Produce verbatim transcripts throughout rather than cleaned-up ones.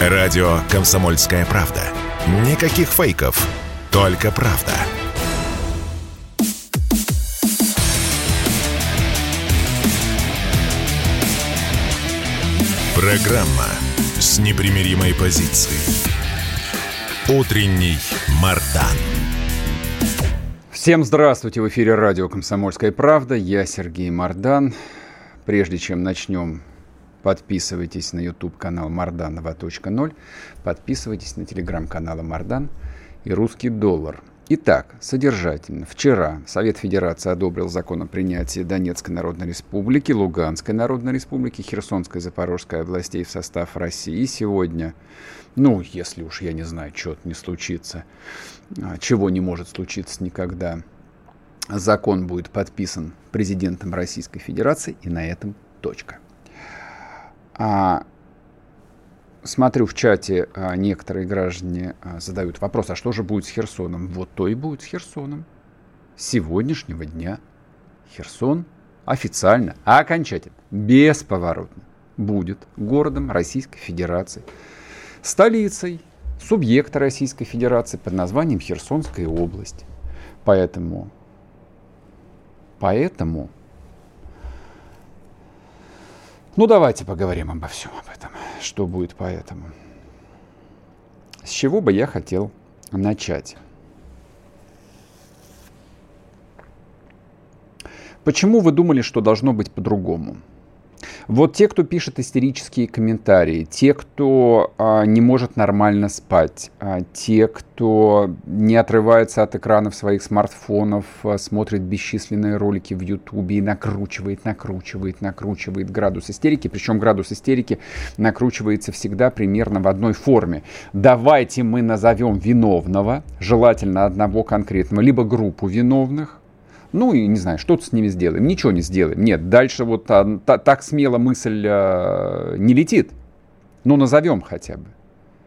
Радио «Комсомольская правда». Никаких фейков, только правда. Программа с непримиримой позицией. Утренний Мардан. Всем здравствуйте! В эфире радио «Комсомольская правда». Я Сергей Мардан. Прежде чем начнем, подписывайтесь на YouTube-канал Мардан два точка ноль. Подписывайтесь на телеграм-каналы Мардан и Русский доллар. Итак, содержательно. Вчера Совет Федерации одобрил закон о принятии Донецкой Народной Республики, Луганской Народной Республики, Херсонской и Запорожской областей в состав России. И сегодня, ну, если уж, я не знаю, что-то не случится, чего не может случиться никогда, закон будет подписан президентом Российской Федерации, и на этом точка. А, смотрю, в чате а, некоторые граждане а, задают вопрос, а что же будет с Херсоном? Вот то и будет с Херсоном. С сегодняшнего дня Херсон официально, а окончательно, бесповоротно будет городом Российской Федерации, столицей субъекта Российской Федерации под названием Херсонская область. Поэтому, поэтому, ну давайте поговорим обо всем об этом, что будет поэтому. С чего бы я хотел начать? Почему вы думали, что должно быть по-другому? Вот те, кто пишет истерические комментарии, те, кто а, не может нормально спать, а, те, кто не отрывается от экранов своих смартфонов, а, смотрит бесчисленные ролики в Ютубе и накручивает, накручивает, накручивает градус истерики. Причем градус истерики накручивается всегда примерно в одной форме. Давайте мы назовем виновного, желательно одного конкретного, либо группу виновных. Ну и, не знаю, что-то с ними сделаем. Ничего не сделаем. Нет, дальше вот а, та, так смело мысль а, не летит. Ну, назовем хотя бы.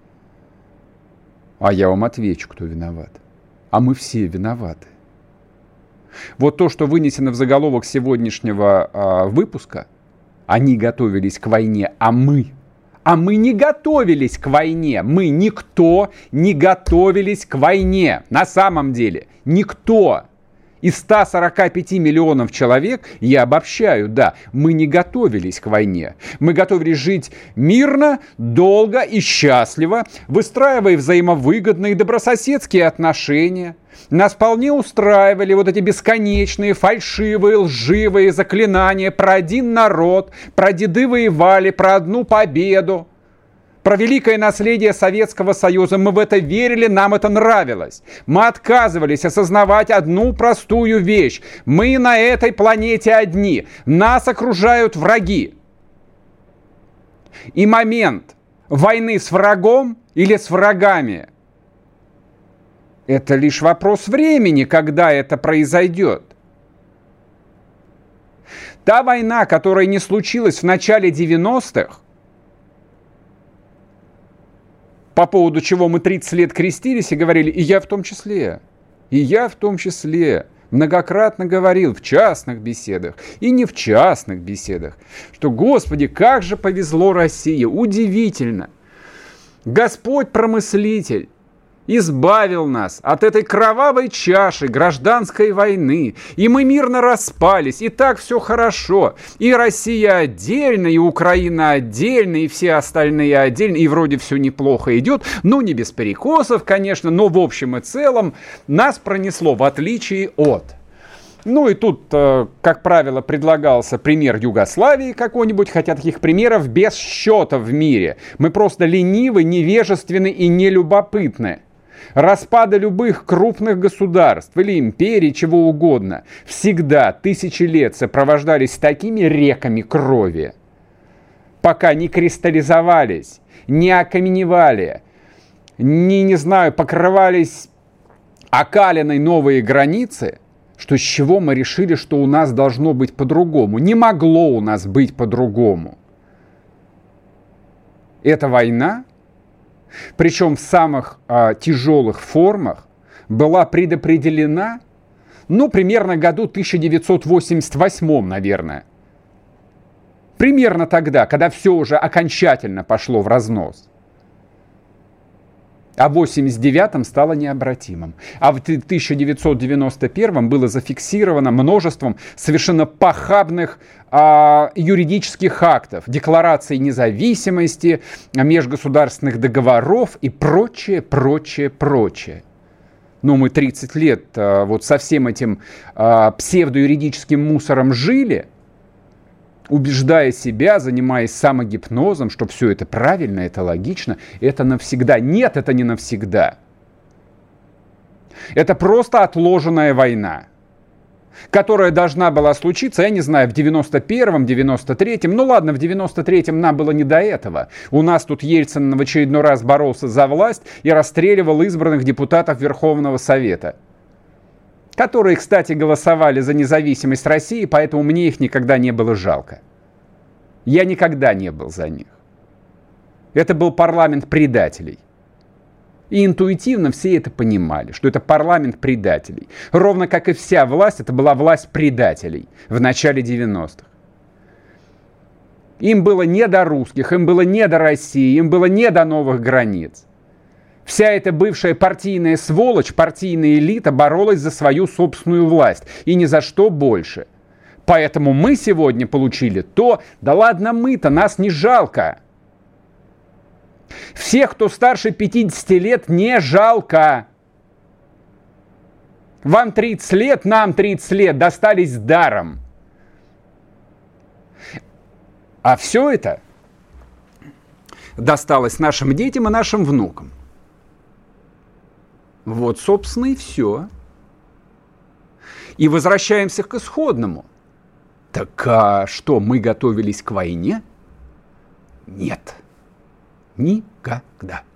А я вам отвечу, кто виноват. А мы все виноваты. Вот то, что вынесено в заголовок сегодняшнего а, выпуска, они готовились к войне, а мы... А мы не готовились к войне. Мы никто не готовились к войне. На самом деле, никто. Из ста сорока пяти миллионов человек, я обобщаю, да, мы не готовились к войне. Мы готовились жить мирно, долго и счастливо, выстраивая взаимовыгодные добрососедские отношения. Нас вполне устраивали вот эти бесконечные, фальшивые, лживые заклинания про один народ, про деды воевали, про одну победу. Про великое наследие Советского Союза. Мы в это верили, нам это нравилось. Мы отказывались осознавать одну простую вещь. Мы на этой планете одни. Нас окружают враги. И момент войны с врагом или с врагами — это лишь вопрос времени, когда это произойдет. Та война, которая не случилась в начале девяностых, по поводу чего мы тридцать лет крестились и говорили, и я в том числе, и я в том числе, многократно говорил в частных беседах и не в частных беседах, что, Господи, как же повезло России, удивительно. Господь промыслитель избавил нас от этой кровавой чаши гражданской войны. И мы мирно распались, и так все хорошо. И Россия отдельно, и Украина отдельно, и все остальные отдельно. И вроде все неплохо идет. Ну, не без перекосов, конечно, но в общем и целом нас пронесло, в отличие от... Ну и тут, как правило, предлагался пример Югославии какой-нибудь, хотя таких примеров без счета в мире. Мы просто ленивы, невежественны и нелюбопытны. Распада любых крупных государств или империй, чего угодно, всегда тысячи лет сопровождались такими реками крови, пока не кристаллизовались, не окаменевали, не, не знаю, покрывались окалиной новые границы, что с чего мы решили, что у нас должно быть по-другому. Не могло у нас быть по-другому. Эта война, причем в самых а, тяжелых формах, была предопределена, ну, примерно году тысяча девятьсот восемьдесят восьмом, наверное. Примерно тогда, когда все уже окончательно пошло в разнос. А в восемьдесят девятом стало необратимым. А в тысяча девятьсот девяносто первом было зафиксировано множеством совершенно похабных а, юридических актов, деклараций независимости, межгосударственных договоров и прочее, прочее, прочее. Но мы тридцать лет а, вот со всем этим а, псевдоюридическим мусором жили, убеждая себя, занимаясь самогипнозом, что все это правильно, это логично, это навсегда. Нет, это не навсегда. Это просто отложенная война, которая должна была случиться, я не знаю, в девяносто первом, девяносто третьем. Ну ладно, в девяносто третьем нам было не до этого. У нас тут Ельцин в очередной раз боролся за власть и расстреливал избранных депутатов Верховного Совета, которые, кстати, голосовали за независимость России, поэтому мне их никогда не было жалко. Я никогда не был за них. Это был парламент предателей. И интуитивно все это понимали, что это парламент предателей. Ровно как и вся власть, это была власть предателей в начале девяностых. Им было не до русских, им было не до России, им было не до новых границ. Вся эта бывшая партийная сволочь, партийная элита боролась за свою собственную власть. И ни за что больше. Поэтому мы сегодня получили то, да ладно мы-то, нас не жалко. Всех, кто старше пятидесяти лет, не жалко. Вам тридцать лет, нам тридцать лет достались даром. А все это досталось нашим детям и нашим внукам. Вот, собственно, и все. И возвращаемся к исходному. Так а что, мы готовились к войне? Нет. Никогда.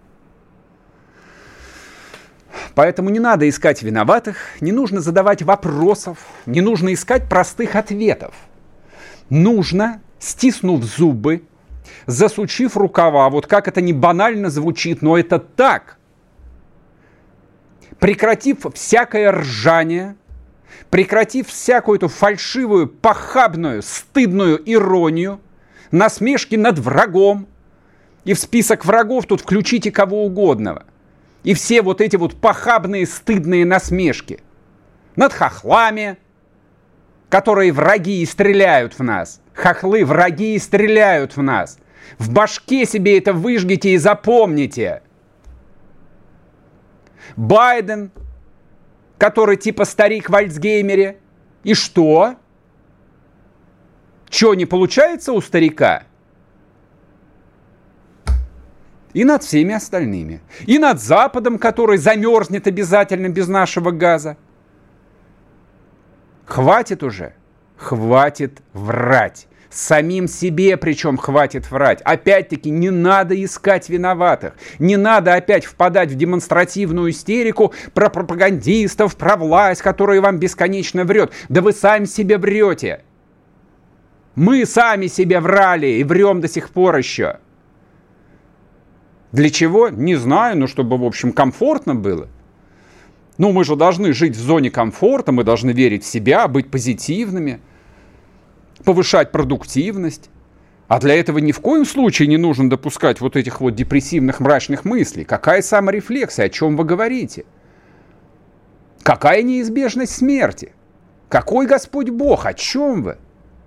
Поэтому не надо искать виноватых, не нужно задавать вопросов, не нужно искать простых ответов. Нужно, стиснув зубы, засучив рукава, вот как это не банально звучит, но это так, прекратив всякое ржание, прекратив всякую эту фальшивую, похабную, стыдную иронию, насмешки над врагом, и в список врагов тут включите кого угодно, и все вот эти вот похабные, стыдные насмешки над хохлами, которые враги и стреляют в нас. Хохлы, враги и стреляют в нас. В башке себе это выжгите и запомните. Байден, который типа старик в Альцгеймере. И что? Чё, не получается у старика? И над всеми остальными. И над Западом, который замерзнет обязательно без нашего газа. Хватит уже. Хватит врать. Самим себе причем хватит врать. Опять-таки не надо искать виноватых. Не надо опять впадать в демонстративную истерику про пропагандистов, про власть, которая вам бесконечно врет. Да вы сами себе врете. Мы сами себе врали и врем до сих пор еще. Для чего? Не знаю, но чтобы, в общем, комфортно было. Ну, мы же должны жить в зоне комфорта, мы должны верить в себя, быть позитивными, повышать продуктивность. А для этого ни в коем случае не нужно допускать вот этих вот депрессивных, мрачных мыслей. Какая саморефлексия? О чем вы говорите? Какая неизбежность смерти? Какой Господь Бог? О чем вы?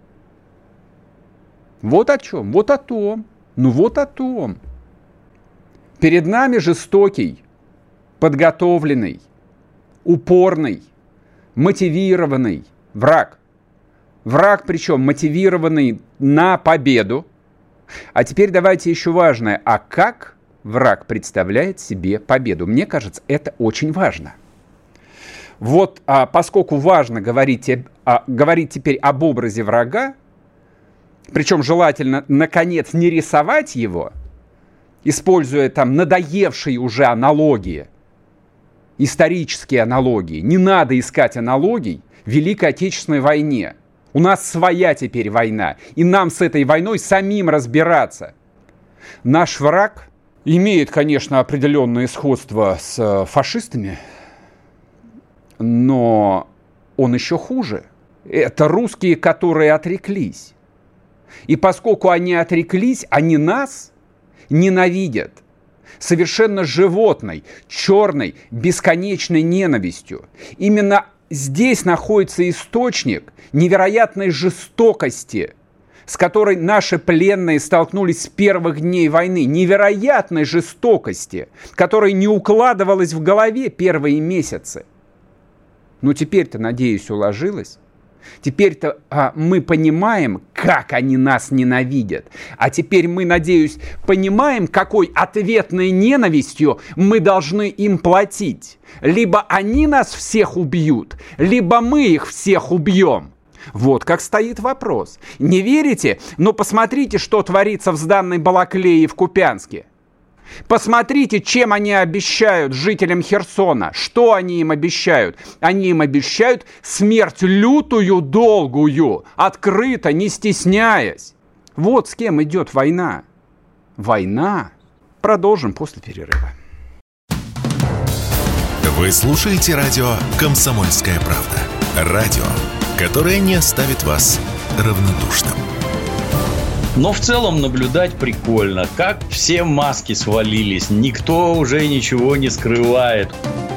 Вот о чем? Вот о том. Ну вот о том. Перед нами жестокий, подготовленный, упорный, мотивированный враг. Враг, причем мотивированный на победу. А теперь давайте еще важное. А как враг представляет себе победу? Мне кажется, это очень важно. Вот а, поскольку важно говорить, а, говорить теперь об образе врага, причем желательно, наконец, не рисовать его, используя там надоевшие уже аналогии, исторические аналогии. Не надо искать аналогий в Великой Отечественной войне. У нас своя теперь война, и нам с этой войной самим разбираться. Наш враг имеет, конечно, определенное сходство с фашистами, но он еще хуже. Это русские, которые отреклись. И поскольку они отреклись, они нас ненавидят. совершенно животной, черной, бесконечной ненавистью. Именно здесь находится источник невероятной жестокости, с которой наши пленные столкнулись с первых дней войны. Невероятной жестокости, которая не укладывалась в голове первые месяцы. Но теперь-то, надеюсь, уложилась. Теперь-то а, мы понимаем, как они нас ненавидят. А теперь мы, надеюсь, понимаем, какой ответной ненавистью мы должны им платить. Либо они нас всех убьют, либо мы их всех убьем. Вот как стоит вопрос. Не верите? Но посмотрите, что творится в сданной Балаклее и в Купянске. Посмотрите, чем они обещают жителям Херсона. Что они им обещают? Они им обещают смерть лютую, долгую, открыто, не стесняясь. Вот с кем идет война. Война. Продолжим после перерыва. Вы слушаете радио «Комсомольская правда». Радио, которое не оставит вас равнодушным. Но в целом наблюдать прикольно, как все маски свалились, никто уже ничего не скрывает.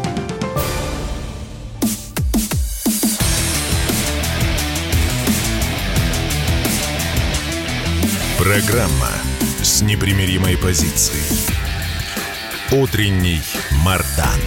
Программа с непримиримой позицией. Утренний Мардан.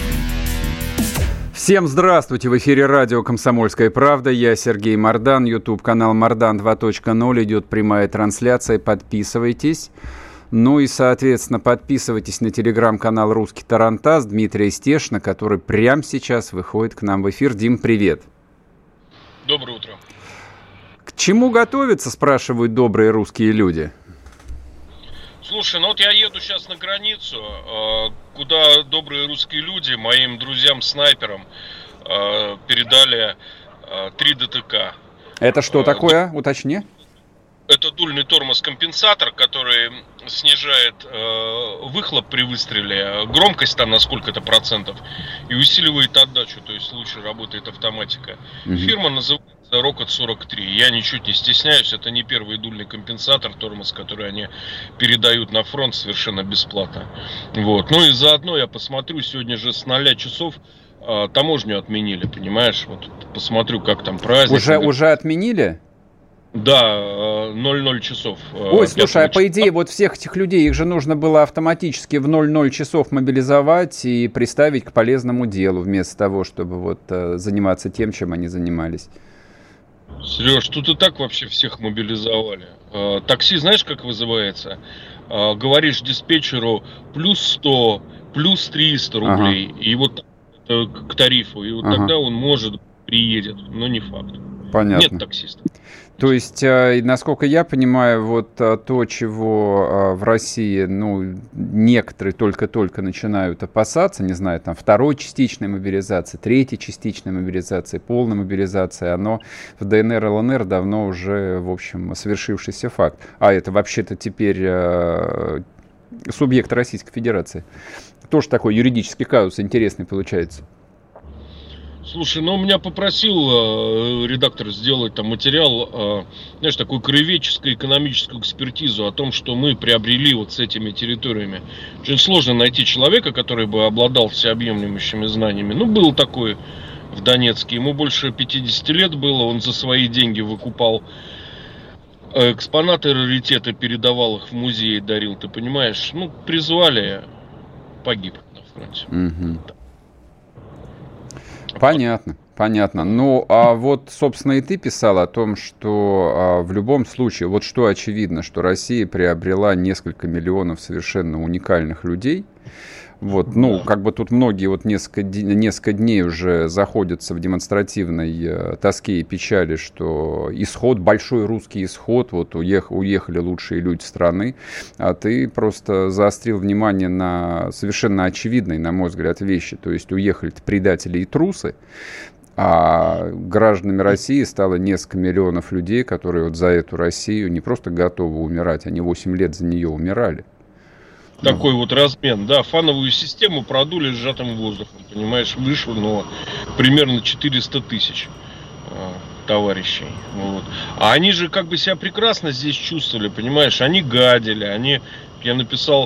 Всем здравствуйте! В эфире радио «Комсомольская правда». Я Сергей Мардан. YouTube-канал Мардан два точка ноль. Идет прямая трансляция. Подписывайтесь. Ну и, соответственно, подписывайтесь на телеграм-канал «Русский Тарантас» Дмитрия Стешина, который прямо сейчас выходит к нам в эфир. Дим, привет! Доброе утро! К чему готовятся, спрашивают добрые русские люди? Слушай, ну вот я еду сейчас на границу, куда добрые русские люди моим друзьям-снайперам передали три ДТК. Это что такое? Уточни. Это дульный тормоз-компенсатор, который снижает выхлоп при выстреле, громкость там на сколько-то процентов, и усиливает отдачу, то есть лучше работает автоматика. Угу. Фирма называется Рокот сорок три. Я ничуть не стесняюсь, это не первый дульный компенсатор, тормоз, который они передают на фронт совершенно бесплатно. Вот. Ну и заодно я посмотрю, сегодня же с нуля часов а, таможню отменили, понимаешь? Вот посмотрю, как там праздник. Уже, уже отменили? Да, ноль ноль часов. Ой, слушай, а по идее вот всех этих людей, их же нужно было автоматически в ноль ноль часов мобилизовать и приставить к полезному делу, вместо того, чтобы вот заниматься тем, чем они занимались. Сереж, тут и так вообще всех мобилизовали. Такси, знаешь, как вызывается? Говоришь диспетчеру плюс сто, плюс триста рублей, ага. И вот к тарифу, и вот ага. Тогда он может приедет, но не факт. Понятно. Нет таксиста. То есть, насколько я понимаю, вот то, чего в России, ну, некоторые только-только начинают опасаться, не знаю, там, второй частичной мобилизации, третьей частичной мобилизации, полной мобилизации, оно в ДНР, ЛНР давно уже, в общем, совершившийся факт. А это вообще-то теперь э, субъект Российской Федерации. Тоже такой юридический казус интересный получается. Слушай, ну меня попросил э, редактор сделать там материал, э, знаешь, такую краеведческую экономическую экспертизу о том, что мы приобрели вот с этими территориями. Очень сложно найти человека, который бы обладал всеобъемлющими знаниями. Ну, был такой в Донецке, ему больше пятидесяти лет было, он за свои деньги выкупал экспонаты, раритеты, передавал их в музей, дарил, ты понимаешь? Ну, призвали, погиб на фронте. Mm-hmm. Понятно, понятно. Ну, а вот, собственно, и ты писал о том, что а, в любом случае, вот что очевидно, что Россия приобрела несколько миллионов совершенно уникальных людей. Вот, ну, как бы тут многие вот несколько, несколько дней уже заходятся в демонстративной э, тоске и печали, что исход, большой русский исход, вот уех, уехали лучшие люди страны, а ты просто заострил внимание на совершенно очевидные, на мой взгляд, вещи. То есть уехали предатели и трусы, а гражданами России стало несколько миллионов людей, которые вот за эту Россию не просто готовы умирать, они восемь лет за нее умирали. Такой вот размен, да, фановую систему продули сжатым воздухом, понимаешь, вышло, но примерно четыреста тысяч э, товарищей, вот. А они же как бы себя прекрасно здесь чувствовали, понимаешь, они гадили, они, я написал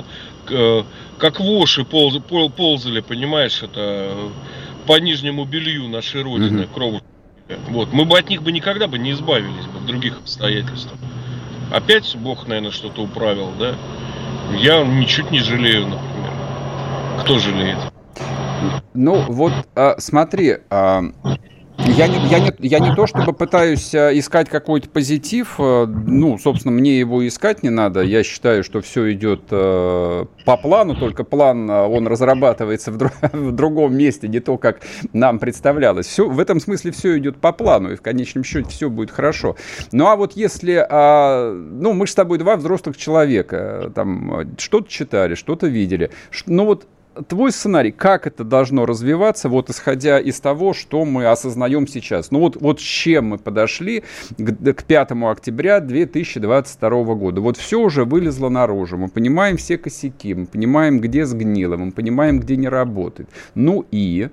как воши полз, ползали, понимаешь, это по нижнему белью нашей Родины, mm-hmm. кровушки. Вот. Мы бы от них бы никогда бы не избавились бы в других обстоятельствах. Опять Бог, наверное, что-то управил, да? Я ничуть не жалею, например. Кто жалеет? Ну, вот а, смотри, а, я, не, я, не, я не то чтобы пытаюсь искать какой-то позитив, ну, собственно, мне его искать не надо. Я считаю, что все идет а, по плану, только план, он разрабатывается в, друг, в другом месте, не то, как нам представлялось. Все, в этом смысле все идет по плану, и в конечном счете все будет хорошо. Ну, а вот если, а, ну, мы же с тобой два взрослых человека, там, что-то читали, что-то видели, ну, вот, твой сценарий, как это должно развиваться, вот исходя из того, что мы осознаем сейчас? Ну вот, вот с чем мы подошли к, к пятому октября две тысячи двадцать второго года. Вот все уже вылезло наружу. Мы понимаем все косяки, мы понимаем, где сгнило, мы понимаем, где не работает. Ну и...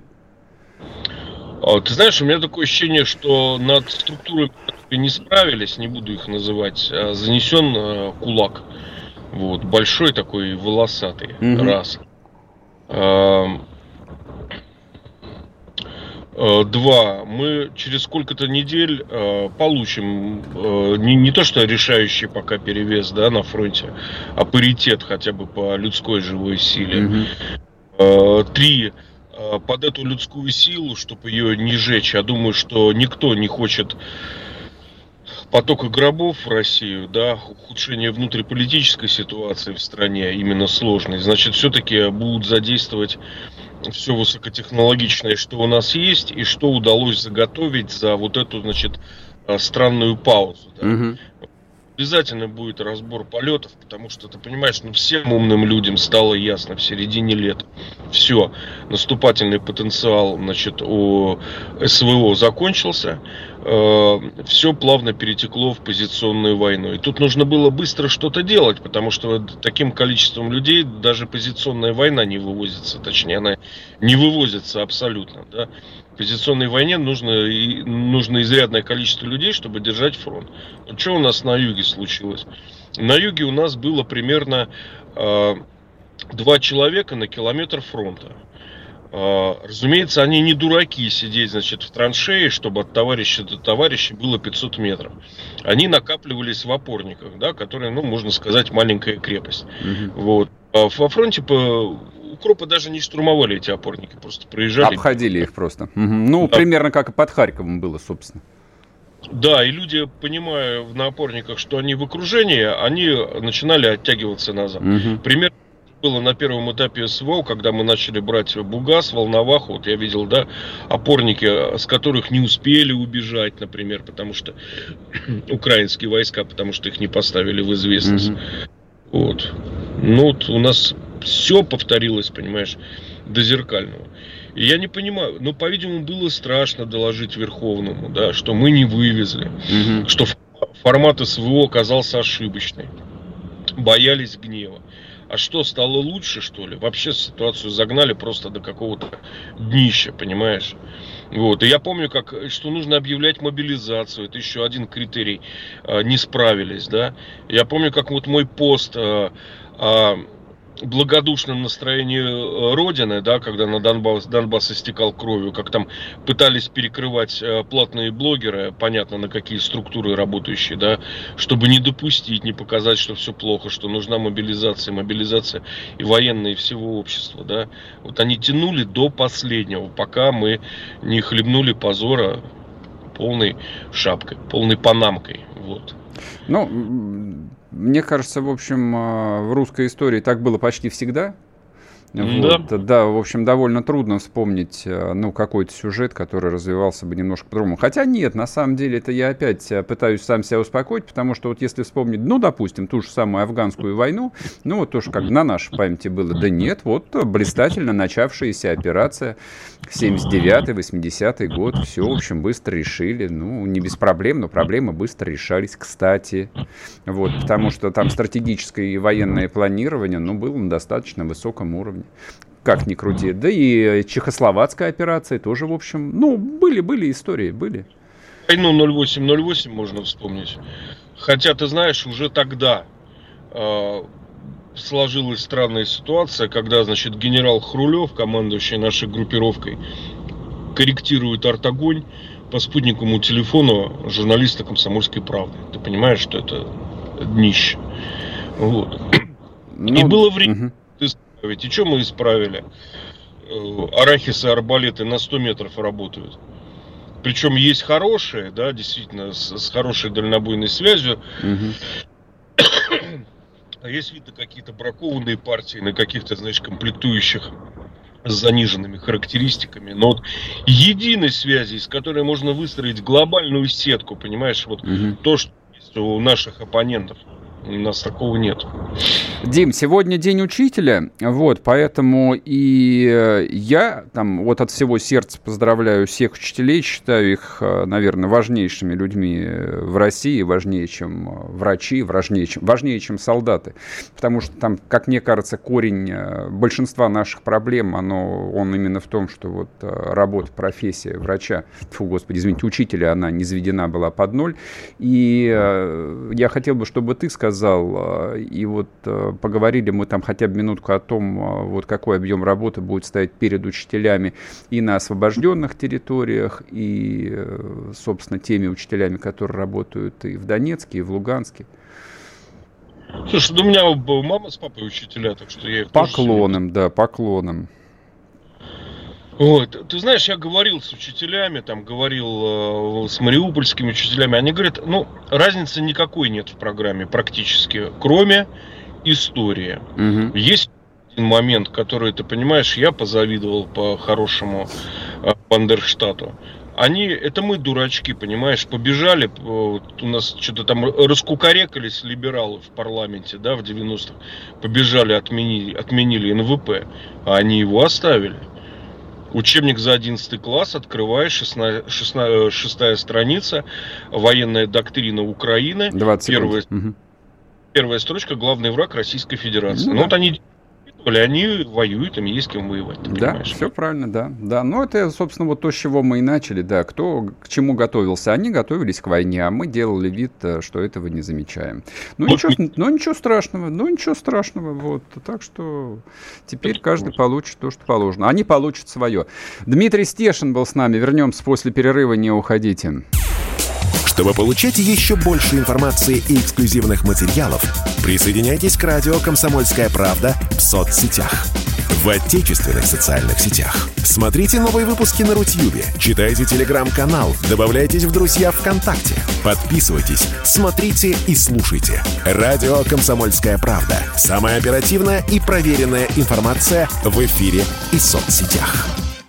Ты знаешь, у меня такое ощущение, что над структурой не справились, не буду их называть, занесен кулак. Вот, большой такой, волосатый. Mm-hmm. Раз. Два. Мы через сколько-то недель получим не, не то что решающий пока перевес, да, на фронте, а паритет хотя бы по людской живой силе. Mm-hmm. Три. Под эту людскую силу, чтобы ее не жечь, я думаю, что никто не хочет потока гробов в Россию, да, ухудшение внутриполитической ситуации в стране, именно сложной, значит, все-таки будут задействовать все высокотехнологичное, что у нас есть, и что удалось заготовить за вот эту, значит, странную паузу. Да. Угу. Обязательно будет разбор полетов, потому что, ты понимаешь, ну, всем умным людям стало ясно в середине лета. Все, наступательный потенциал, значит, у СВО закончился, э, все плавно перетекло в позиционную войну. И тут нужно было быстро что-то делать, потому что таким количеством людей даже позиционная война не вывозится, точнее, она не вывозится абсолютно, да. В позиционной войне нужно, нужно изрядное количество людей, чтобы держать фронт. Вот что у нас на юге случилось? На юге у нас было примерно э, два человека на километр фронта. Э, разумеется, они не дураки сидеть, значит, в траншее, чтобы от товарища до товарища было пятьсот метров. Они накапливались в опорниках, да, которые, ну, можно сказать, маленькая крепость. Угу. Вот. А во фронте по... укропы даже не штурмовали эти опорники, просто проезжали. Обходили их просто. Угу. Ну, да. Примерно как и под Харьковом было, собственно. Да, и люди, понимая на опорниках, что они в окружении, они начинали оттягиваться назад. Угу. Примерно было на первом этапе СВО, когда мы начали брать Бугас, Волноваху. Вот я видел, да, опорники, с которых не успели убежать, например, потому что украинские войска, потому что их не поставили в известность. Угу. Вот. Ну, вот у нас все повторилось, понимаешь, до зеркального. И я не понимаю, ну, по-видимому, было страшно доложить Верховному, да, что мы не вывезли, угу. что формат СВО оказался ошибочный. Боялись гнева. А что, стало лучше, что ли? Вообще ситуацию загнали просто до какого-то днища, понимаешь? Вот. И я помню, как, что нужно объявлять мобилизацию. Это еще один критерий. Не справились, да. Я помню, как вот мой пост о, о благодушном настроении Родины, да, когда на Донбасс, Донбасс истекал кровью, как там пытались перекрывать платные блогеры, понятно, на какие структуры работающие, да, чтобы не допустить, не показать, что все плохо, что нужна мобилизация, мобилизация и военная, и всего общества, да. Вот они тянули до последнего, пока мы не хлебнули позора полной шапкой, полной панамкой, вот. Ну, мне кажется, в общем, в русской истории так было почти всегда. Вот. Да. да, в общем, довольно трудно вспомнить, ну, какой-то сюжет, который развивался бы немножко по-другому. Хотя нет, на самом деле, это я опять пытаюсь сам себя успокоить, потому что вот если вспомнить, ну, допустим, ту же самую афганскую войну, ну, вот тоже как на нашей памяти было, да нет, вот блистательно начавшаяся операция, семьдесят девятый, восьмидесятый год, все, в общем, быстро решили, ну, не без проблем, но проблемы быстро решались, кстати, вот, потому что там стратегическое и военное планирование, ну, было на достаточно высоком уровне. Как ни крути. Да и чехословацкая операция тоже, в общем, ну, были, были истории, были. Войну ноль восемь ноль восемь можно вспомнить. Хотя, ты знаешь, уже тогда э, сложилась странная ситуация, когда, значит, генерал Хрулев, командующий нашей группировкой, корректирует артогонь по спутниковому телефону журналиста «Комсомольской правды». Ты понимаешь, что это днище. Вот. Ну, и было время угу. исправить. И что мы исправили? Арахисы и арбалеты на сто метров работают. Причем есть хорошие, да, действительно, с, с хорошей дальнобойной связью. Угу. А есть, видно, какие-то бракованные партии на каких-то, знаешь, комплектующих с заниженными характеристиками. Но вот единой связи, с которой можно выстроить глобальную сетку, понимаешь, вот угу. то, что есть у наших оппонентов. У нас такого нет. Дим, сегодня день учителя, вот, поэтому и я там вот от всего сердца поздравляю всех учителей, считаю их, наверное, важнейшими людьми в России, важнее, чем врачи, важнее, чем, важнее, чем солдаты, потому что там, как мне кажется, корень большинства наших проблем, оно, он именно в том, что вот работа, профессия врача, фу, господи, извините, учителя, она низведена была под ноль, и я хотел бы, чтобы ты сказал, и вот поговорили мы там хотя бы минутку о том, вот какой объем работы будет стоять перед учителями и на освобожденных территориях, и, собственно, теми учителями, которые работают и в Донецке, и в Луганске. Слушай, ну у меня мама с папой учителя, так что я их поклоном, да, поклоном. Вот, ты знаешь, я говорил с учителями, там говорил э, с мариупольскими учителями, они говорят, ну, разницы никакой нет в программе практически, кроме истории. Угу. Есть один момент, который, ты понимаешь, я позавидовал по-хорошему э, Бандерштату. Они, это мы дурачки, понимаешь, побежали, вот у нас что-то там раскукарекались либералы в парламенте, да, в девяностых, побежали, отменили, отменили эн вэ пэ, а они его оставили. Учебник за одиннадцатый класс, открываешь, шестая, шестая, шестая страница, военная доктрина Украины. Первая, угу. первая строчка, главный враг Российской Федерации. Ну, ну да. Вот они, они воюют, им есть с кем воевать. Да, понимаешь? Все правильно, да. да. Ну, это, собственно, вот то, с чего мы и начали, да. Кто к чему готовился? Они готовились к войне, а мы делали вид, что этого не замечаем. Ну, ничего, ну ничего страшного, ну, ничего страшного, вот. Так что теперь каждый получит то, что положено. Они получат свое. Дмитрий Стешин был с нами. Вернемся после перерыва, не уходите. Чтобы получать еще больше информации и эксклюзивных материалов, присоединяйтесь к радио «Комсомольская правда» в соцсетях. В отечественных социальных сетях. Смотрите новые выпуски на Рутьюбе, читайте телеграм-канал, добавляйтесь в друзья ВКонтакте, подписывайтесь, смотрите и слушайте. Радио «Комсомольская правда». Самая оперативная и проверенная информация в эфире и соцсетях.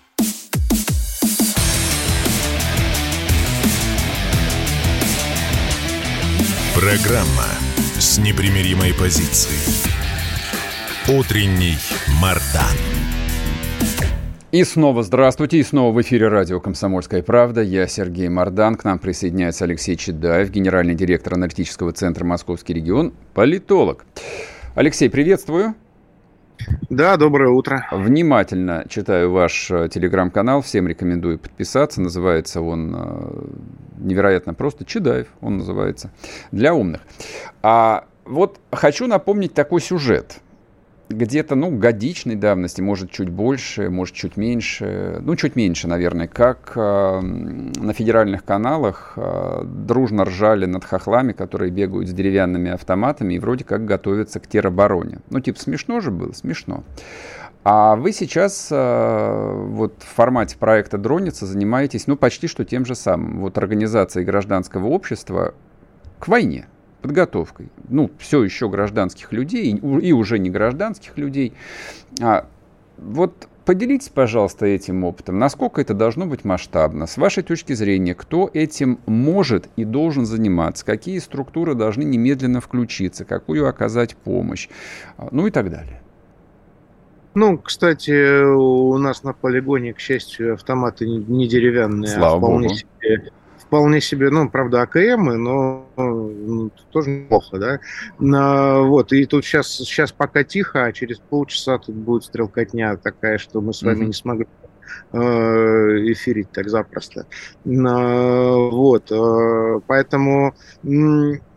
Программа с непримиримой позицией. Утренний Мардан. И снова здравствуйте, и снова в эфире радио «Комсомольская правда». Я Сергей Мардан. К нам присоединяется Алексей Чедаев, генеральный директор аналитического центра «Московский регион», политолог. Алексей, приветствую. Да, доброе утро. Внимательно читаю ваш телеграм-канал, всем рекомендую подписаться. Называется он невероятно просто, Чедаев он называется, для умных. А вот хочу напомнить такой сюжет. Где-то, ну, годичной давности, может, чуть больше, может, чуть меньше, ну, чуть меньше, наверное, как э, на федеральных каналах э, дружно ржали над хохлами, которые бегают с деревянными автоматами и вроде как готовятся к теробороне. Ну, типа, смешно же было? Смешно. А вы сейчас э, вот в формате проекта «Дроница» занимаетесь, ну, почти что тем же самым. Вот организацией гражданского общества к войне. Подготовкой. Ну, все еще гражданских людей и уже не гражданских людей. А, вот поделитесь, пожалуйста, этим опытом. Насколько это должно быть масштабно? С вашей точки зрения, кто этим может и должен заниматься? Какие структуры должны немедленно включиться? Какую оказать помощь? Ну и так далее. Ну, кстати, у нас на полигоне, к счастью, автоматы не деревянные, Слава а вполне Богу. себе... Вполне себе, ну, правда, а ка эмы, но ну, тоже неплохо, да. Но, вот, и тут сейчас, сейчас пока тихо, а через полчаса тут будет стрелкотня такая, что мы с вами mm-hmm. не смогли э, эфирить так запросто. Но, вот, э, поэтому... М-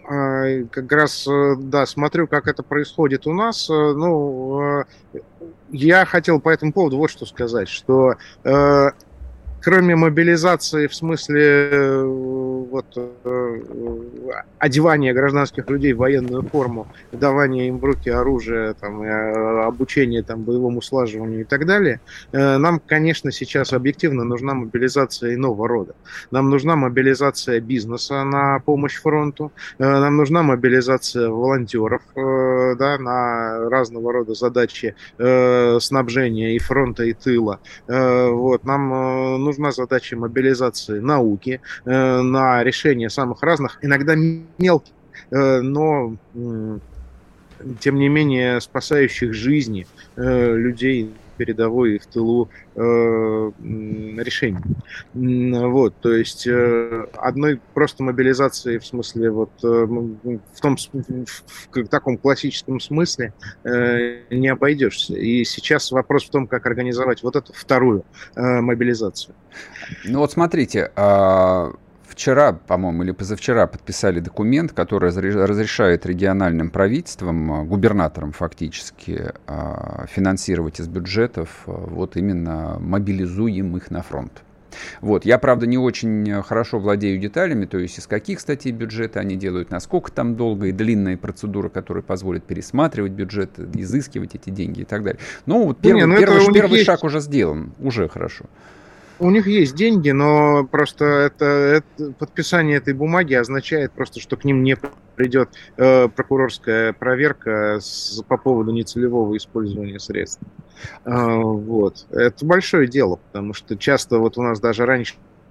как раз, да, смотрю, как это происходит у нас. Ну, я хотел по этому поводу вот что сказать, что кроме мобилизации в смысле вот, одевания гражданских людей в военную форму, давания им в руки оружия, там, обучения там, боевому слаживанию и так далее, нам, конечно, сейчас объективно нужна мобилизация иного рода. Нам нужна мобилизация бизнеса на помощь фронту, нам нужна мобилизация волонтеров, да, на разного рода задачи снабжения и фронта, и тыла. Вот. Нам нужна задача мобилизации науки э, на решение самых разных, иногда мелких, э, но э, тем не менее спасающих жизни э, людей передовой и в тылу э, решений. Вот, то есть э, одной просто мобилизации в смысле вот э, в том в, в таком классическом смысле э, не обойдешься. И сейчас вопрос в том, как организовать вот эту вторую э, мобилизацию. Ну вот смотрите, а... Вчера, по-моему, или позавчера подписали документ, который разрешает региональным правительствам, губернаторам фактически, финансировать из бюджетов вот именно мобилизуемых на фронт. Вот. Я, правда, не очень хорошо владею деталями, то есть из каких статей бюджета они делают, насколько там долгая и длинная процедура, которая позволит пересматривать бюджет, изыскивать эти деньги и так далее. Но вот первый, не, первый, первый шаг уже сделан, уже хорошо. У них есть деньги, но просто это, это подписание этой бумаги означает просто, что к ним не придет э, прокурорская проверка с, по поводу нецелевого использования средств. Э, вот. Это большое дело, потому что часто вот у нас даже раньше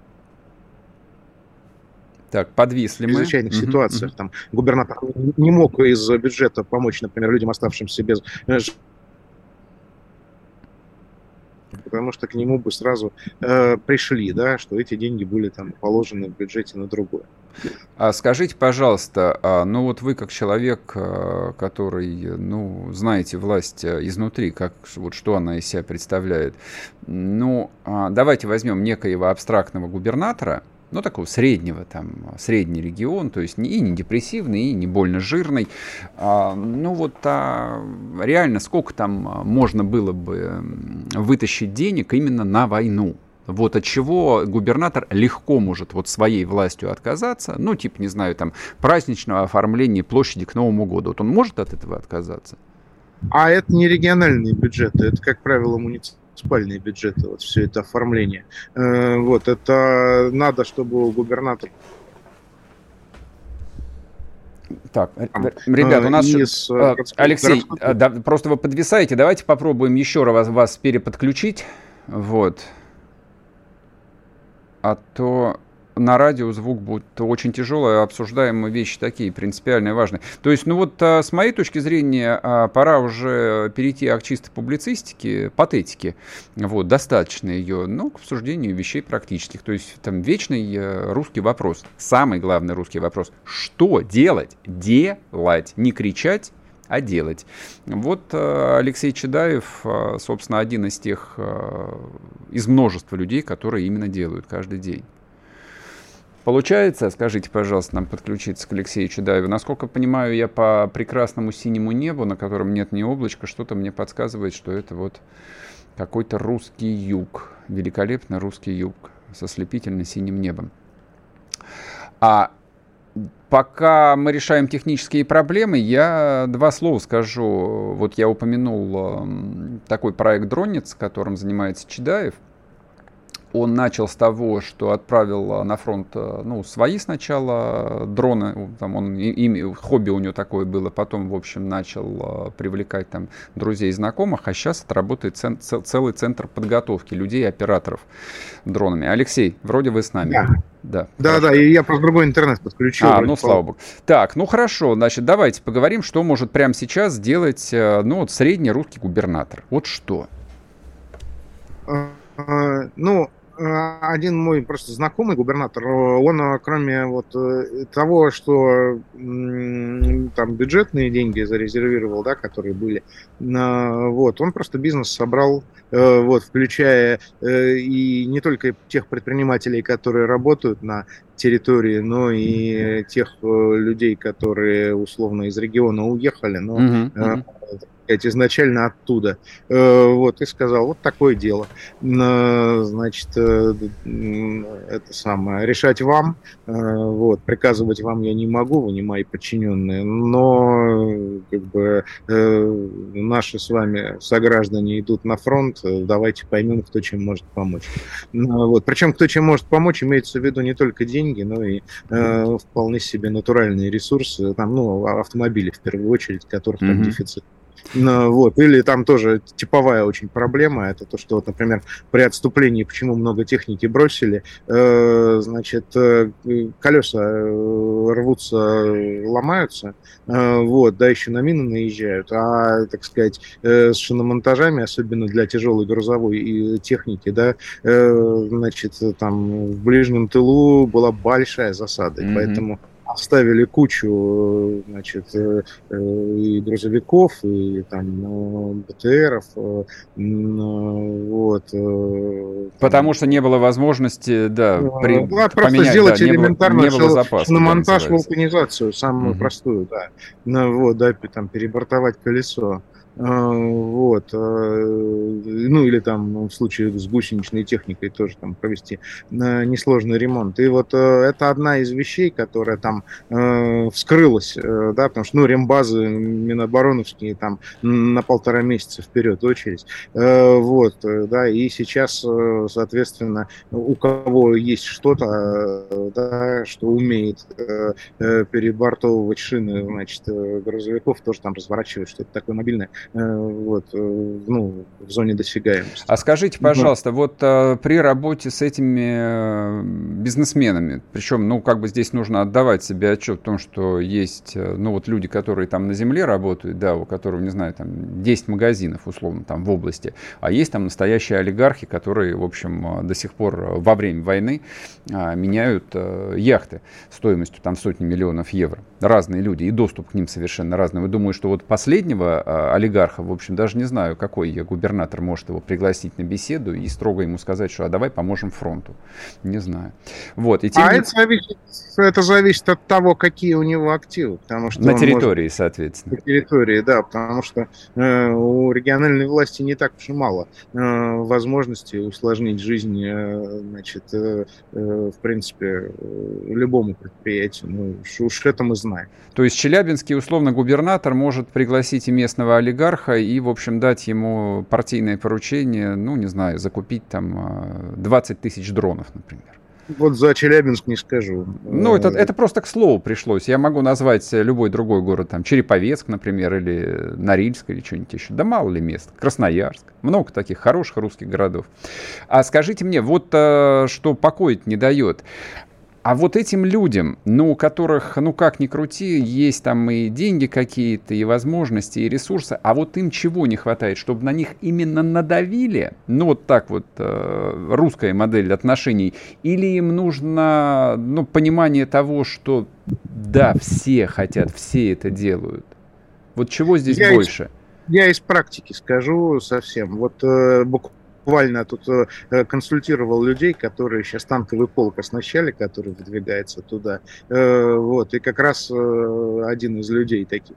так, подвисли мы. В чрезвычайных uh-huh, ситуациях uh-huh. там губернатор не мог из бюджета помочь, например, людям, оставшимся без... потому что к нему бы сразу э, пришли, да, что эти деньги были там положены в бюджете на другое. А скажите, пожалуйста, а, ну вот вы как человек, который, ну, знаете власть изнутри, как, вот что она из себя представляет, ну, а, давайте возьмем некоего абстрактного губернатора, ну, такого среднего, там, средний регион, то есть и не депрессивный, и не больно жирный. А, ну, вот а реально сколько там можно было бы вытащить денег именно на войну? Вот от чего губернатор легко может вот своей властью отказаться, ну, типа, не знаю, там, праздничного оформления площади к Новому году. Вот он может от этого отказаться? А это не региональные бюджеты, это, как правило, муниципальные. муниципальные бюджеты, вот все это оформление. Вот, это надо, чтобы губернатор... Так, ребят, у нас... Из... Алексей, да, просто вы подвисаете, давайте попробуем еще раз вас переподключить, вот. А то на радио звук будет очень тяжелый, обсуждаем мы вещи такие принципиальные, важные. То есть, ну вот с моей точки зрения, пора уже перейти к чистой публицистике, патетике. Вот, достаточно ее, ну, к обсуждению вещей практических. То есть, там вечный русский вопрос, самый главный русский вопрос. Что делать? Делать. Не кричать, а делать. Вот Алексей Чадаев, собственно, один из тех, из множества людей, которые именно делают каждый день. Получается, скажите, пожалуйста, нам подключиться к Алексею Чадаеву. Насколько понимаю, я по прекрасному синему небу, на котором нет ни облачка, что-то мне подсказывает, что это вот какой-то русский юг. Великолепный русский юг со слепительно синим небом. А пока мы решаем технические проблемы, я два слова скажу. Вот я упомянул такой проект «Дронец», которым занимается Чадаев. Он начал с того, что отправил на фронт, ну, свои сначала дроны, там он, им, хобби у него такое было, потом, в общем, начал привлекать там друзей и знакомых, а сейчас это работает цен, целый центр подготовки людей, операторов дронами. Алексей, вроде вы с нами. Да, да, да, да, и я просто другой интернет подключил. А, ну, слава богу. Так, ну, хорошо, значит, давайте поговорим, что может прямо сейчас сделать, ну, вот средний русский губернатор. Вот что? Uh, ну, один мой просто знакомый губернатор, он, кроме вот того, что там бюджетные деньги зарезервировал, да, которые были, вот, он просто бизнес собрал, вот, включая и не только тех предпринимателей, которые работают на территории, но и тех людей, которые условно из региона уехали, но uh-huh, uh-huh. изначально оттуда. Вот, и сказал, вот такое дело. Значит, это самое, решать вам, вот, приказывать вам я не могу, вы не мои подчиненные, но как бы наши с вами сограждане идут на фронт, давайте поймем, кто чем может помочь. Вот. Причем, кто чем может помочь, имеется в виду не только деньги, но и вполне себе натуральные ресурсы, там, ну, автомобили в первую очередь, которых там mm-hmm. дефицит. Ну, вот. Или там тоже типовая очень проблема, это то, что, вот, например, при отступлении, почему много техники бросили, э, значит, э, колеса рвутся, ломаются, э, вот, да, еще на мины наезжают, а, так сказать, э, с шиномонтажами, особенно для тяжелой грузовой техники, да, э, значит, там в ближнем тылу была большая засада, mm-hmm. поэтому оставили кучу, значит, и грузовиков, и там БТРов, вот. Потому что не было возможности, да, при, да, просто поменять, сделать да, элементарную шиномонтаж, вулканизацию, самую угу. простую, да, ну, вот, да, там перебортовать колесо. Вот, ну или там в случае с гусеничной техникой тоже там провести несложный ремонт. И вот это одна из вещей, которая там вскрылась, да, потому что, ну, рембазы минобороновские там на полтора месяца вперед очередь, вот, да, и сейчас, соответственно, у кого есть что-то, да, что умеет перебортовывать шины, значит, грузовиков, тоже там разворачивать что-то такое мобильное, вот, ну, в зоне досягаемости. А скажите, пожалуйста, вот а, при работе с этими бизнесменами, причем, ну, как бы здесь нужно отдавать себе отчет в том, что есть, ну, вот люди, которые там на земле работают, да, у которых, не знаю, там десять магазинов, условно, там в области, а есть там настоящие олигархи, которые, в общем, до сих пор во время войны а, меняют а, яхты стоимостью там сотни миллионов евро. Разные люди, и доступ к ним совершенно разный. Вы думаете, что вот последнего а, олигарха, в общем, даже не знаю, какой губернатор может его пригласить на беседу и строго ему сказать, что а давай поможем фронту. Не знаю. Вот, и тем а не... это, зависит, это зависит от того, какие у него активы. Потому что на территории, может... соответственно. На территории, да, потому что э, у региональной власти не так уж и мало э, возможностей усложнить жизнь, э, значит, э, э, в принципе, э, любому предприятию. Ну, уж это мы знаем. То есть челябинский, условно, губернатор может пригласить и местного олигарха, и, в общем, дать ему партийное поручение, ну, не знаю, закупить там двадцать тысяч дронов, например. Вот за Челябинск не скажу. Ну, это, это просто к слову пришлось. Я могу назвать любой другой город, там, Череповецк, например, или Норильск, или что-нибудь еще. Да мало ли мест. Красноярск. Много таких хороших русских городов. А скажите мне, вот что покоить не дает. А вот этим людям, ну, у которых, ну, как ни крути, есть там и деньги какие-то, и возможности, и ресурсы, а вот им чего не хватает, чтобы на них именно надавили, ну, вот так вот, э, русская модель отношений, или им нужно, ну, понимание того, что, да, все хотят, все это делают. Вот чего здесь я больше? Из, я из практики скажу совсем. Вот э, буквально... Буквально тут э, консультировал людей, которые сейчас танковый полк оснащали, который выдвигается туда. Э, вот, и как раз э, один из людей таких,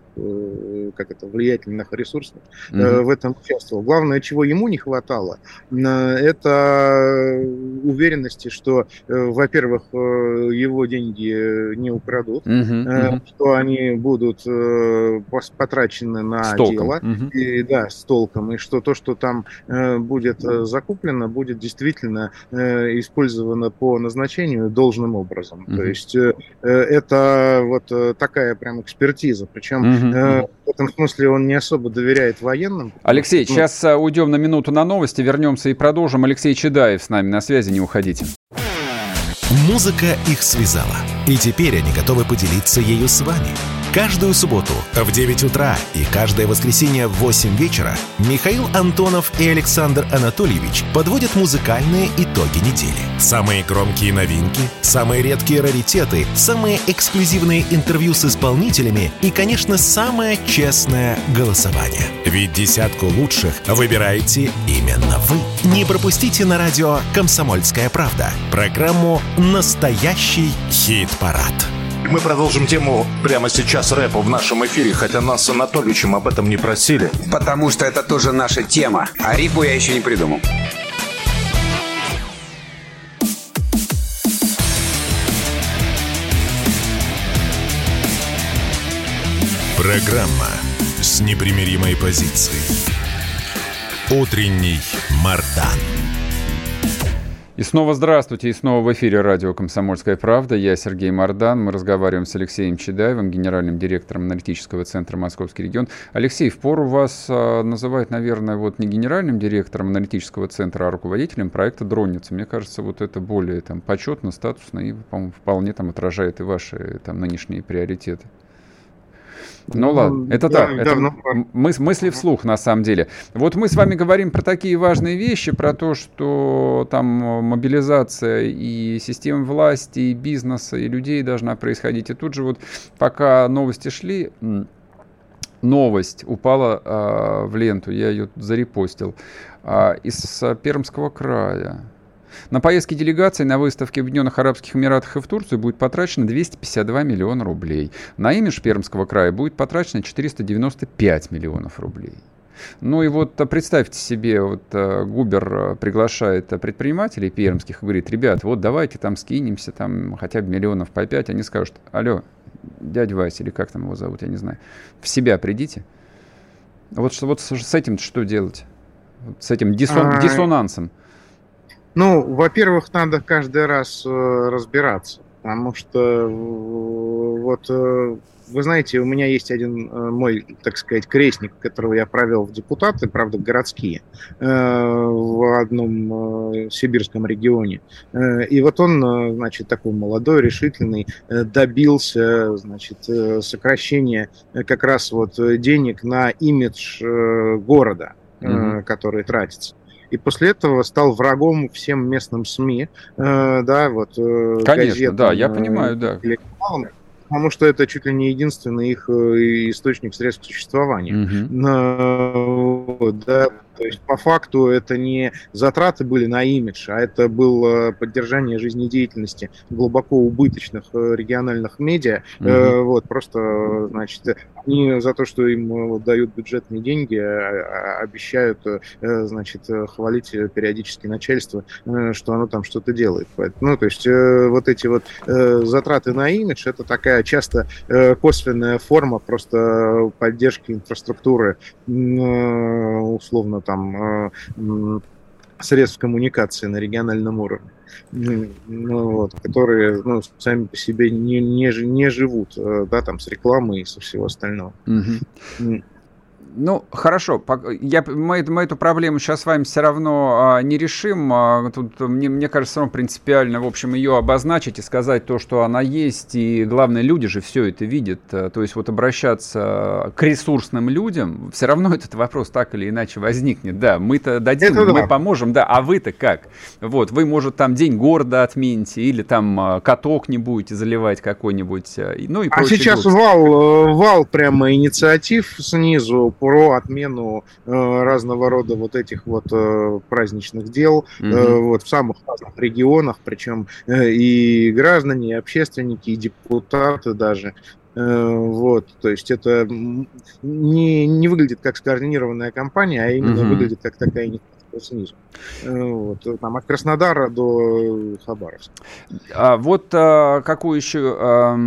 э, как это, влиятельных ресурсов, э, mm-hmm. в этом участвовал. Главное, чего ему не хватало, э, это уверенности, что, э, во-первых, э, его деньги не украдут, mm-hmm. э, что они будут э, потрачены на дело, mm-hmm. и, да, с толком, и что то, что там э, будет закуплено, будет действительно э, использовано по назначению должным образом. Mm-hmm. То есть э, это вот э, такая прям экспертиза. Причем mm-hmm. э, в этом смысле он не особо доверяет военным. Алексей, что, сейчас ну... уйдем на минуту на новости, вернемся и продолжим. Алексей Чедаев с нами на связи, не уходите. Музыка их связала, и теперь они готовы поделиться ею с вами. Каждую субботу в девять утра и каждое воскресенье в восемь вечера Михаил Антонов и Александр Анатольевич подводят музыкальные итоги недели. Самые громкие новинки, самые редкие раритеты, самые эксклюзивные интервью с исполнителями и, конечно, самое честное голосование. Ведь десятку лучших выбираете именно вы. Не пропустите на радио «Комсомольская правда» программу «Настоящий хит-парад». Мы продолжим тему прямо сейчас рэпа в нашем эфире, хотя нас с Анатольевичем об этом не просили. Потому что это тоже наша тема, а рифму я еще не придумал. Программа с непримиримой позицией. Утренний Мардан. И снова здравствуйте, и снова в эфире радио «Комсомольская правда». Я Сергей Мардан. Мы разговариваем с Алексеем Чедаевым, генеральным директором аналитического центра «Московский регион». Алексей, впору вас а, называть, наверное, вот не генеральным директором аналитического центра, а руководителем проекта «Дронница». Мне кажется, вот это более там, почетно, статусно и, по-моему, вполне там, отражает и ваши там, нынешние приоритеты. Ну ладно, это да, так, это да, мыс- мысли вслух на самом деле. Вот мы с вами говорим про такие важные вещи, про то, что там мобилизация и системы власти, и бизнеса, и людей должна происходить. И тут же вот пока новости шли, новость упала а, в ленту, я ее зарепостил, а, из Пермского края. На поездки делегаций на выставке в Объединенных Арабских Эмиратах и в Турцию будет потрачено двести пятьдесят два миллиона рублей. На имидж Пермского края будет потрачено четыреста девяносто пять миллионов рублей. Ну и вот представьте себе, вот Губер приглашает предпринимателей пермских и говорит: ребят, вот давайте там скинемся, там хотя бы миллионов по пять. Они скажут: алло, дядя Вася, или как там его зовут, я не знаю, в себя придите. Вот, вот с этим что делать? Вот с этим дисон, диссонансом. Ну, во-первых, надо каждый раз э, разбираться, потому что э, вот, э, вы знаете, у меня есть один э, мой, так сказать, крестник, которого я провел в депутаты, правда, городские, э, в одном э, сибирском регионе. Э, и вот он, э, значит, такой молодой, решительный, э, добился, значит, э, сокращения э, как раз вот денег на имидж э, города, э, mm-hmm. который тратится. И после этого стал врагом всем местным СМИ, э, да, вот. Э, Конечно, газетам, да, я понимаю, да. Потому что это чуть ли не единственный их источник средств существования. Mm-hmm. Э, да. То есть, по факту, это не затраты были на имидж, а это было поддержание жизнедеятельности глубоко убыточных региональных медиа. Mm-hmm. Вот, просто, значит, они за то, что им дают бюджетные деньги, обещают, значит, хвалить периодически начальство, что оно там что-то делает. Ну, то есть, вот эти вот затраты на имидж, это такая часто косвенная форма просто поддержки инфраструктуры, условно, там, средств коммуникации на региональном уровне, ну, вот, которые, ну, сами по себе не, не, не живут, да, там, с рекламой и со всего остального. Mm-hmm. Ну, хорошо, я, мы, мы эту проблему сейчас с вами все равно а, не решим. А, тут, мне, мне кажется, равно принципиально, в общем, ее обозначить и сказать то, что она есть. И главное, люди же все это видят. То есть вот обращаться к ресурсным людям, все равно этот вопрос так или иначе возникнет. Да, мы-то дадим, это мы да. поможем, да, а вы-то как? Вот, вы, может, там день города отмените или там каток не будете заливать какой-нибудь. Ну, и а сейчас вал, вал прямо инициатив снизу про отмену э, разного рода вот этих вот э, праздничных дел mm-hmm. э, вот в самых разных регионах, причем э, и граждане, и общественники, и депутаты даже. Э, вот, то есть это не, не выглядит как скоординированная кампания, а именно mm-hmm. выглядит как такая инициатива снизу. Э, вот, там, от Краснодара до Хабаровска. А вот а, какую еще а,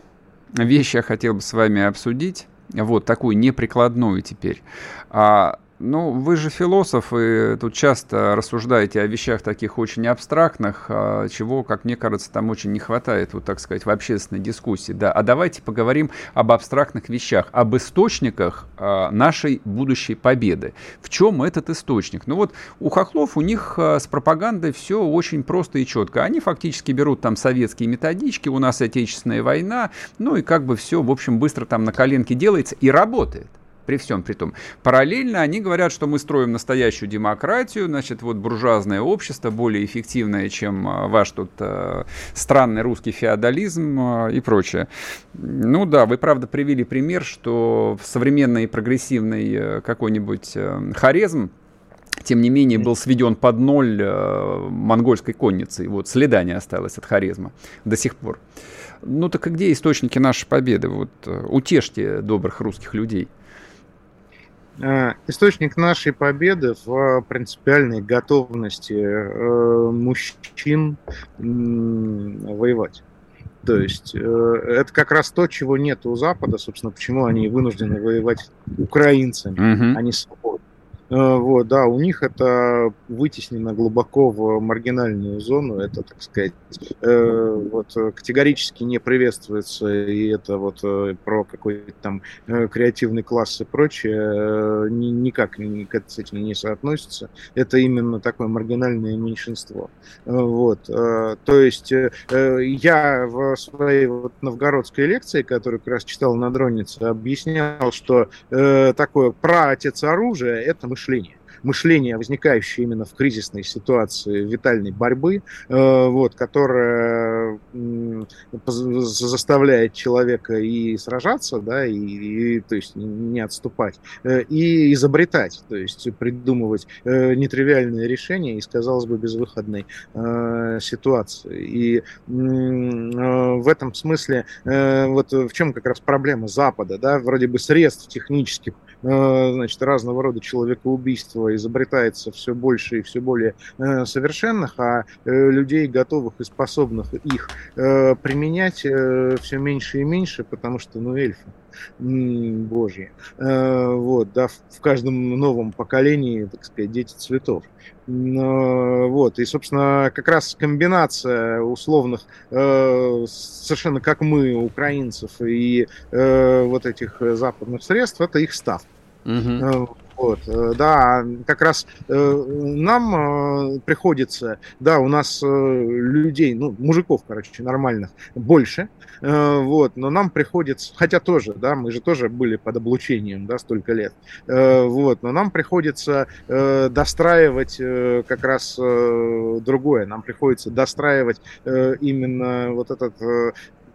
вещь я хотел бы с вами обсудить. Вот такую неприкладную теперь. А, Ну, вы же философ, и тут часто рассуждаете о вещах таких очень абстрактных, чего, как мне кажется, там очень не хватает, вот так сказать, в общественной дискуссии. Да. А давайте поговорим об абстрактных вещах, об источниках нашей будущей победы. В чем этот источник? Ну вот у хохлов, у них с пропагандой все очень просто и четко. Они фактически берут там советские методички, у нас Отечественная война, ну и как бы все, в общем, быстро там на коленке делается и работает. При всем при том. Параллельно они говорят, что мы строим настоящую демократию, значит, вот буржуазное общество, более эффективное, чем ваш тут э, странный русский феодализм э, и прочее. Ну да, вы, правда, привели пример, что в современный прогрессивный э, какой-нибудь э, Хорезм, тем не менее, был сведен под ноль э, монгольской конницей. Вот, следа не осталось от Хорезма до сих пор. Ну так и где источники нашей победы? Вот, э, утешьте добрых русских людей. Источник нашей победы в принципиальной готовности э, мужчин э, воевать. То есть э, это как раз то, чего нет у Запада, собственно, почему они вынуждены воевать украинцами, mm-hmm. а не свободно. Вот, да, у них это вытеснено глубоко в маргинальную зону, это, так сказать, э, вот, категорически не приветствуется, и это вот э, про какой-то там э, креативный класс и прочее э, ни, никак ни, с этим не соотносится. Это именно такое маргинальное меньшинство. Вот, э, то есть э, я в своей вот новгородской лекции, которую как раз читал на Дроннице, объяснял, что э, такое праотец оружия – это мышление. Мышление, возникающее именно в кризисной ситуации витальной борьбы, э, вот, которая э, заставляет человека и сражаться, да, и, и то есть не отступать, э, и изобретать, то есть придумывать э, нетривиальные решения из, казалось бы, безвыходной э, ситуации. И э, в этом смысле э, вот в чем как раз проблема Запада, да, вроде бы средств технических, э, значит, разного рода человекоубийства изобретается все больше и все более э, совершенных, а э, людей, готовых и способных их э, применять, э, все меньше и меньше, потому что, ну, эльфы, м-м, божьи. Э, вот, да, в, в каждом новом поколении, так сказать, дети цветов. Вот, и, собственно, как раз комбинация условных, э, совершенно как мы, украинцев, и э, вот этих западных средств, это их ставка. Mm-hmm. Вот, да, как раз э, нам э, приходится, да, у нас э, людей, ну, мужиков, короче, нормальных больше, э, вот, но нам приходится, хотя тоже, да, мы же тоже были под облучением, да, столько лет, э, вот, но нам приходится э, достраивать э, как раз э, другое, нам приходится достраивать э, именно вот этот... Э,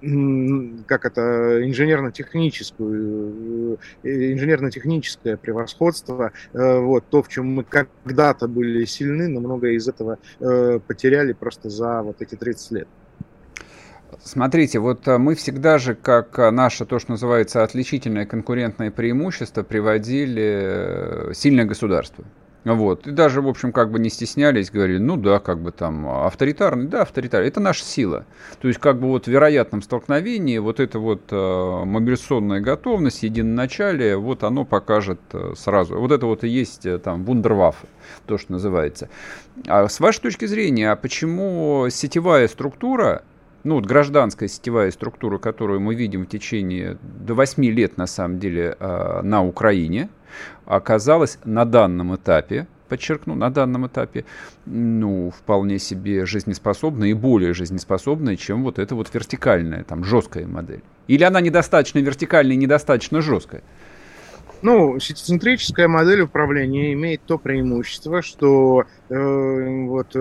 как это, инженерно-техническую, инженерно-техническое превосходство, вот, то, в чем мы когда-то были сильны, но многое из этого потеряли просто за вот эти тридцать лет. Смотрите, вот мы всегда же, как наше, то, что называется, отличительное конкурентное преимущество, приводили сильное государство. Вот. И даже, в общем, как бы не стеснялись, говорили, ну да, как бы там авторитарный, да, авторитарный, это наша сила. То есть, как бы вот в вероятном столкновении вот эта вот э, мобилизационная готовность, единоначалие, вот оно покажет э, сразу. Вот это вот и есть э, там вундерваффе, то, что называется. А с вашей точки зрения, а почему сетевая структура, ну, вот гражданская сетевая структура, которую мы видим в течение до восьми лет, на самом деле, э, на Украине, оказалась на данном этапе, подчеркну, на данном этапе, ну, вполне себе жизнеспособной и более жизнеспособной, чем вот эта вот вертикальная, там, жесткая модель? Или она недостаточно вертикальная и недостаточно жесткая? Ну, сетецентрическая модель управления имеет то преимущество, что э, вот,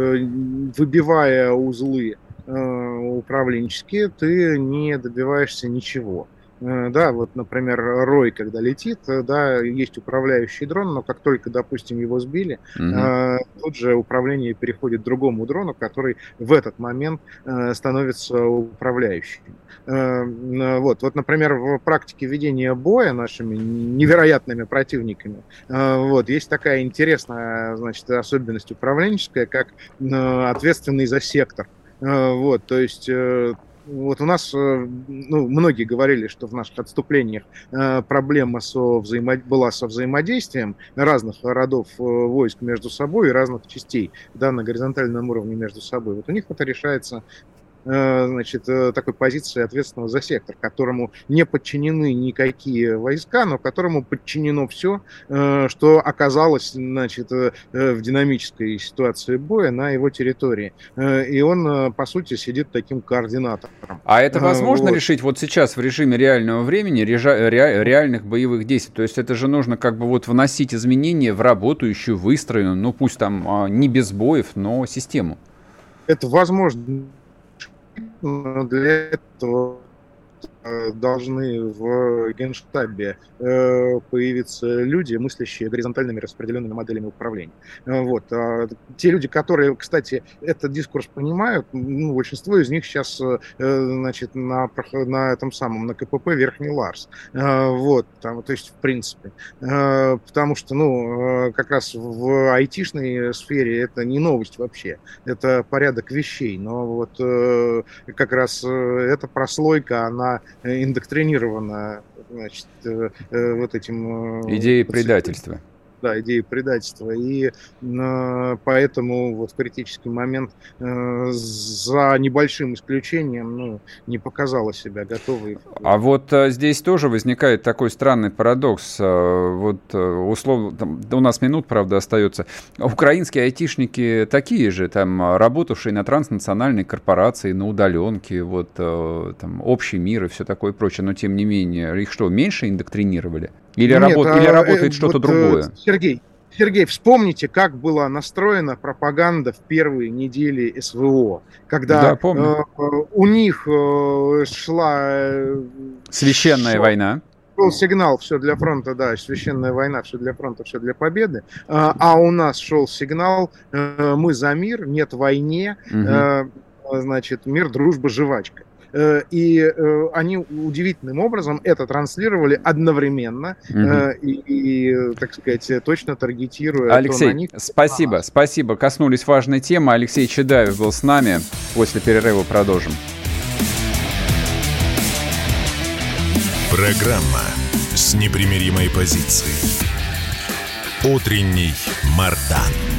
выбивая узлы э, управленческие, ты не добиваешься ничего. Да, вот, например, Рой, когда летит, да, есть управляющий дрон, но как только, допустим, его сбили, mm-hmm. э, тут же управление переходит к другому дрону, который в этот момент э, становится управляющим. Э, вот, вот, например, в практике ведения боя нашими невероятными противниками, э, вот, есть такая интересная, значит, особенность управленческая, как э, ответственный за сектор. Э, вот, то есть... Э, Вот у нас, ну, многие говорили, что в наших отступлениях проблема со взаимо... была со взаимодействием разных родов войск между собой и разных частей, да, на горизонтальном уровне между собой. Вот у них это решается, значит, такой позиции ответственного за сектор, которому не подчинены никакие войска, но которому подчинено все, что оказалось, значит, в динамической ситуации боя на его территории. И он, по сути, сидит таким координатором. А это возможно вот. решить вот сейчас в режиме реального времени, режа- ре- реальных боевых действий? То есть это же нужно как бы вот вносить изменения в работающую, выстроенную, ну пусть там не без боев, но систему. Это возможно. Но для этого должны в Генштабе появиться люди, мыслящие горизонтальными распределенными моделями управления. Вот. Те люди, которые, кстати, этот дискурс понимают, ну, большинство из них сейчас, значит, на, на этом самом, на КПП Верхний Ларс. Вот. Там, то есть, в принципе. Потому что, ну, как раз в айтишной сфере это не новость вообще. Это порядок вещей. Но вот как раз эта прослойка, она индоктринирована, значит, э, э, вот этим... Э, идеей предательства. Да, идеи предательства. И э, поэтому вот в критический момент э, за небольшим исключением, ну, не показала себя готовой. А вот а, здесь тоже возникает такой странный парадокс. А, вот а, условно, там, у нас минут, правда, остается. Украинские айтишники такие же, там, работавшие на транснациональной корпорации, на удаленке, вот, а, там, общий мир и все такое прочее, но тем не менее, их что, меньше индоктринировали? Или, Нет, работ... а, Или работает э, что-то вот, другое? Сергей, Сергей, вспомните, как была настроена пропаганда в первые недели СВО, когда да, помню. э, у них э, шла... Священная шел, война. Шел сигнал, все для фронта, да, священная война, все для фронта, все для победы. А, а у нас шел сигнал, э, мы за мир, нет войне, угу. э, значит, мир, дружба, жвачка. И э, они удивительным образом это транслировали одновременно угу. э, и, и, так сказать, точно таргетируя. Алексей, то на них, спасибо, на спасибо. Коснулись важной темы. Алексей Чедаев был с нами. После перерыва продолжим. Программа с непримиримой позицией. Утренний Мардан.